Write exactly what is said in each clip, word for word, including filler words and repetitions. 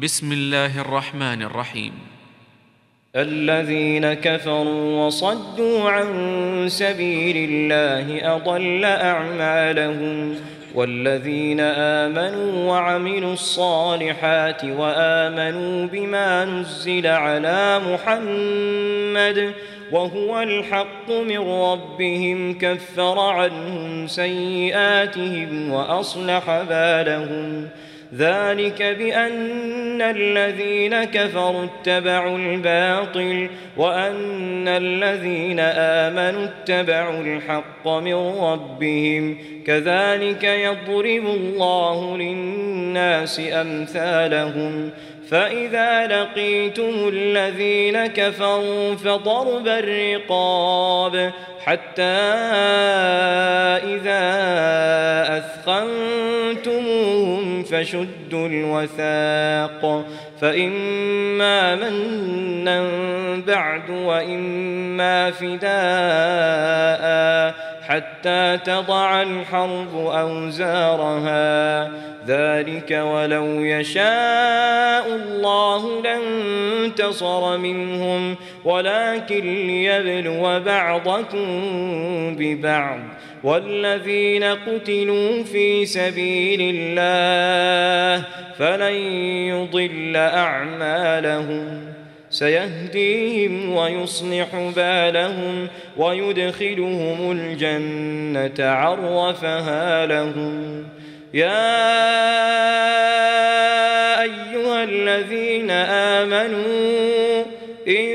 بسم الله الرحمن الرحيم. الذين كفروا وصدوا عن سبيل الله أضل أعمالهم، والذين آمنوا وعملوا الصالحات وآمنوا بما نزل على محمد وهو الحق من ربهم كفر عنهم سيئاتهم وأصلح بالهم. ذلك بأن الذين كفروا اتبعوا الباطل وأن الذين آمنوا اتبعوا الحق من ربهم، كذلك يضرب الله للناس أمثالهم. فإذا لقيتم الذين كفروا فضرب الرقاب حتى إذا أثخنتموهم فشدوا الوثاق، فإما منا بعد وإما فداء حتى تضع الحرب أوزارها. ذلك ولو يشاء الله لانتصر منهم ولكن ليبلو بعضكم ببعض. والذين قتلوا في سبيل الله فلن يضل أعمالهم، سيهديهم ويصلح بالهم ويدخلهم الجنة عرفها لهم. يا أيها الذين آمنوا إن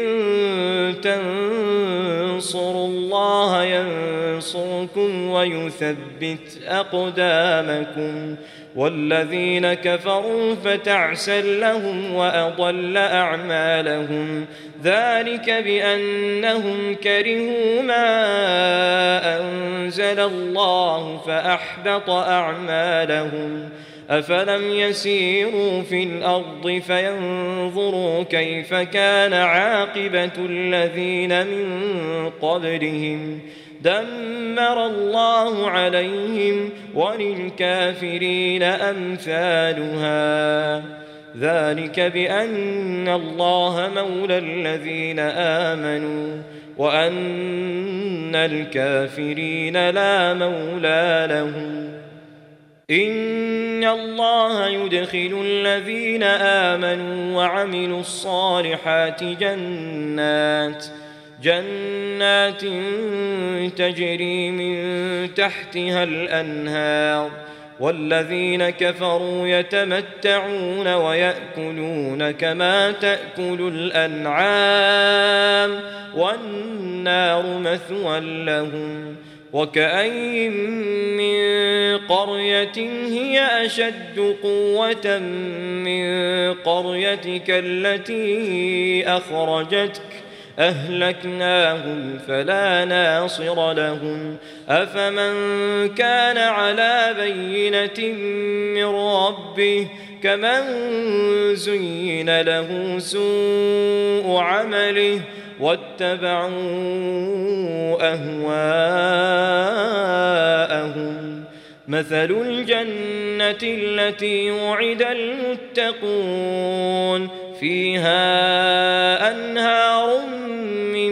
تنصروا الله ينصركم ويثبت أقدامكم. والذين كفروا فتعسا لهم وأضل أعمالهم. ذلك بأنهم كرهوا ما أنزل الله فأحبط أعمالهم. أفلم يسيروا في الأرض فينظروا كيف كان عاقبة الذين من قبلهم، دمر الله عليهم وللكافرين أمثالها. ذلك بأن الله مولى الذين آمنوا وأن الكافرين لا مولى لهم. إن الله يدخل الذين آمنوا وعملوا الصالحات جنات جنات تجري من تحتها الأنهار، والذين كفروا يتمتعون ويأكلون كما تأكل الأنعام والنار مثوى لهم. وكأين من قرية هي أشد قوة من قريتك التي أخرجتك أهلكناهم فلا ناصر لهم. أفمن كان على بينة من ربه كمن زين له سوء عمله واتبعوا أهواءهم. مثل الجنة التي وعد المتقون فيها أنهار من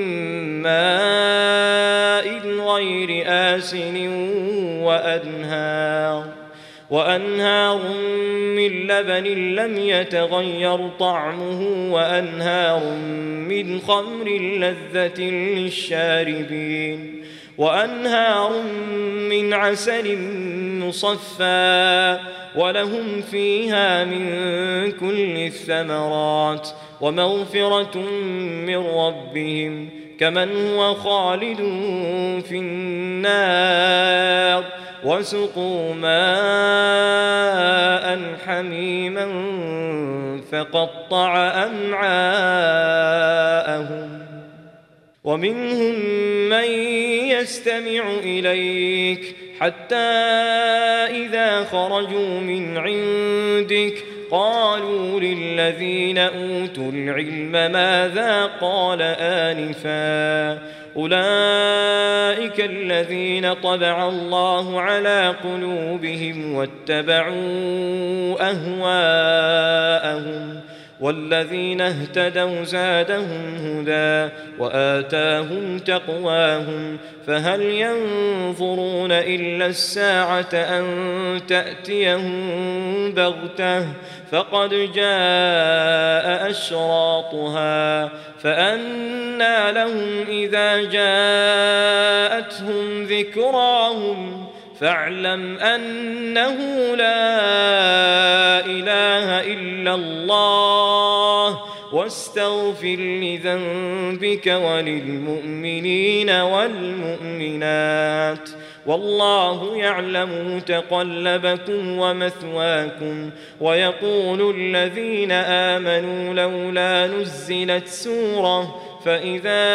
ماء غير آسن وأنهار وأنهار من لبن لم يتغير طعمه وأنهار من خمر لذة للشاربين وأنهار من عسل مصفى ولهم فيها من كل الثمرات ومغفرة من ربهم كمن هو خالد في النار وسقوا ماء حميما فقطع أمعاءهم. ومنهم من يستمع إليك حتى إذا خرجوا من عندك قالوا للذين أوتوا العلم ماذا قال آنفا أولئك الذين طبع الله على قلوبهم واتبعوا أهواءهم والذين اهتدوا زادهم هدى وآتاهم تقواهم فهل ينظرون إلا الساعة أن تأتيهم بغتة فقد جاء أشراطها فأنى لهم إذا جاءتهم ذكراهم فاعلم أنه لا إله إلا الله واستغفر لذنبك وللمؤمنين والمؤمنات والله يعلم متقلبكم ومثواكم ويقول الذين آمنوا لولا نزلت سورة فإذا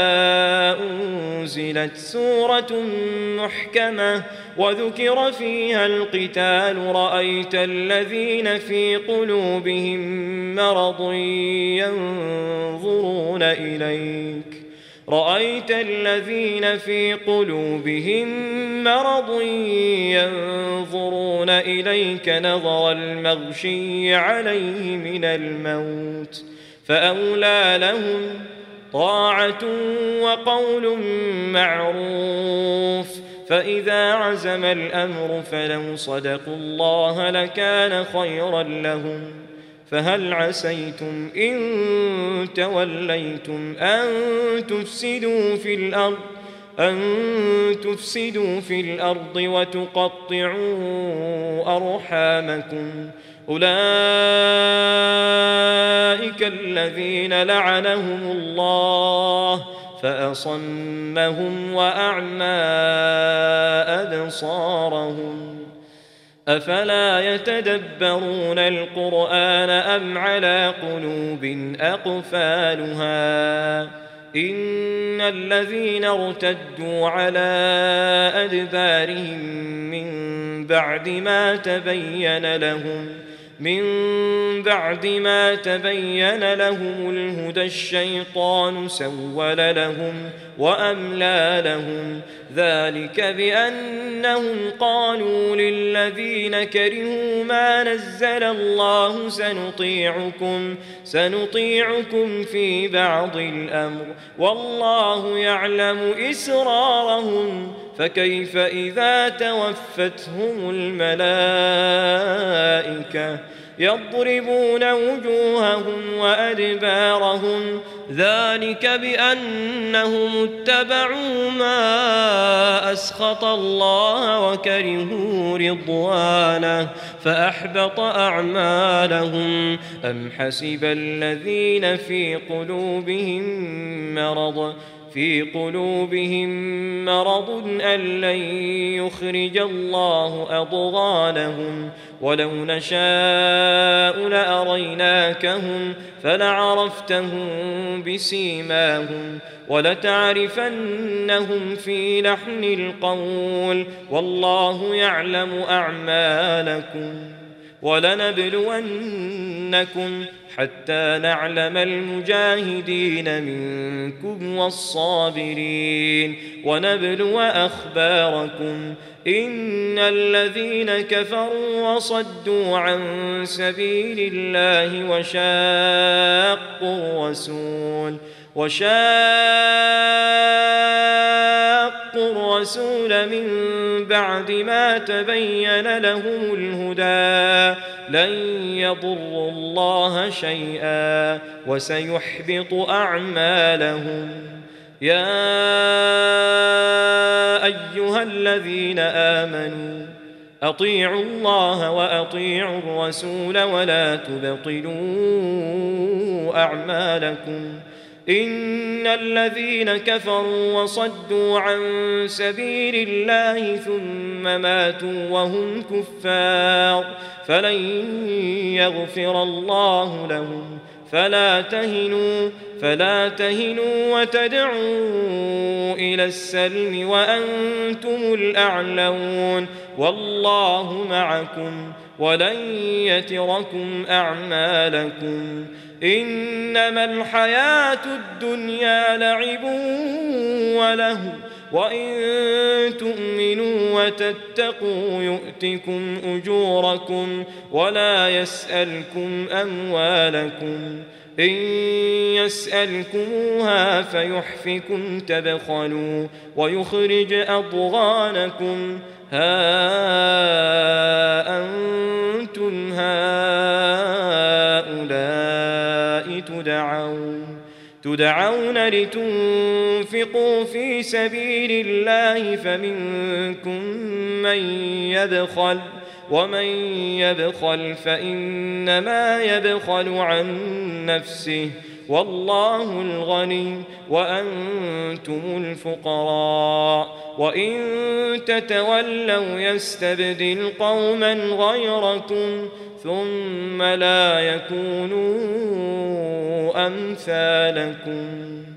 أنزلت سورة محكمة وذكر فيها القتال رأيت الذين في قلوبهم مرض ينظرون إليك رأيت الذين في قلوبهم مرض ينظرون إليك نظر المغشي عليه من الموت فأولى لهم طاعة وقول معروف فإذا عزم الأمر فلو صدقوا الله لكان خيرا لهم فهل عسيتم إن توليتم أن تفسدوا في الأرض أن تفسدوا في الأرض وتقطعوا أرحامكم أولئك الذين لعنهم الله فأصمهم وأعمى أبصارهم أفلا يتدبرون القرآن أم على قلوب أقفالها إن الذين ارتدوا على أدبارهم من بعد ما تبين لهم من بعد ما تبين لهم الهدى الشيطان سول لهم وأملى لهم ذلك بأنهم قالوا للذين كرهوا ما نزل الله سنطيعكم سنطيعكم في بعض الأمر والله يعلم إسرارهم فكيف إذا توفتهم الملائكة يضربون وجوههم وأدبارهم ذلك بأنهم اتبعوا ما أسخط الله وكرهوا رضوانه فأحبط أعمالهم أم حسب الذين في قلوبهم مرض في قلوبهم مرض أن لن يخرج الله أضغانهم ولو نشاء لأريناكهم فلعرفتهم بسيماهم ولتعرفنهم في لحن القول والله يعلم أعمالكم ولنبلونكم حتى نعلم المجاهدين منكم والصابرين ونبلو أخباركم إن الذين كفروا وصدوا عن سبيل الله وشاقوا الرسول وشاقوا الرسول من بعد ما تبين لهم الهدى لن يضروا الله شيئا وسيحبط أعمالهم يا أيها الذين آمنوا أطيعوا الله وأطيعوا الرسول ولا تبطلوا أعمالكم إن الذين كفروا وصدوا عن سبيل الله ثم ماتوا وهم كفار فلن يغفر الله لهم فلا تهنوا فلا تهنوا وتدعوا إلى السلم وأنتم الأعلون والله معكم ولن يتركم أعمالكم. إنما الحياة الدنيا لعب وله وإن تؤمنوا وتتقوا يؤتكم أجوركم ولا يسألكم أموالكم. إن يسألكموها فيحفكم تبخلوا ويخرج أضغانكم. ها أنتم هؤلاء تدعون تدعون لتنفقوا في سبيل الله فمنكم من يبخل ومن يبخل فإنما يبخل عن نفسه والله الغني وأنتم الفقراء. وإن تتولوا يستبدل قوما غيركم ثم لا يكونوا أمثالكم.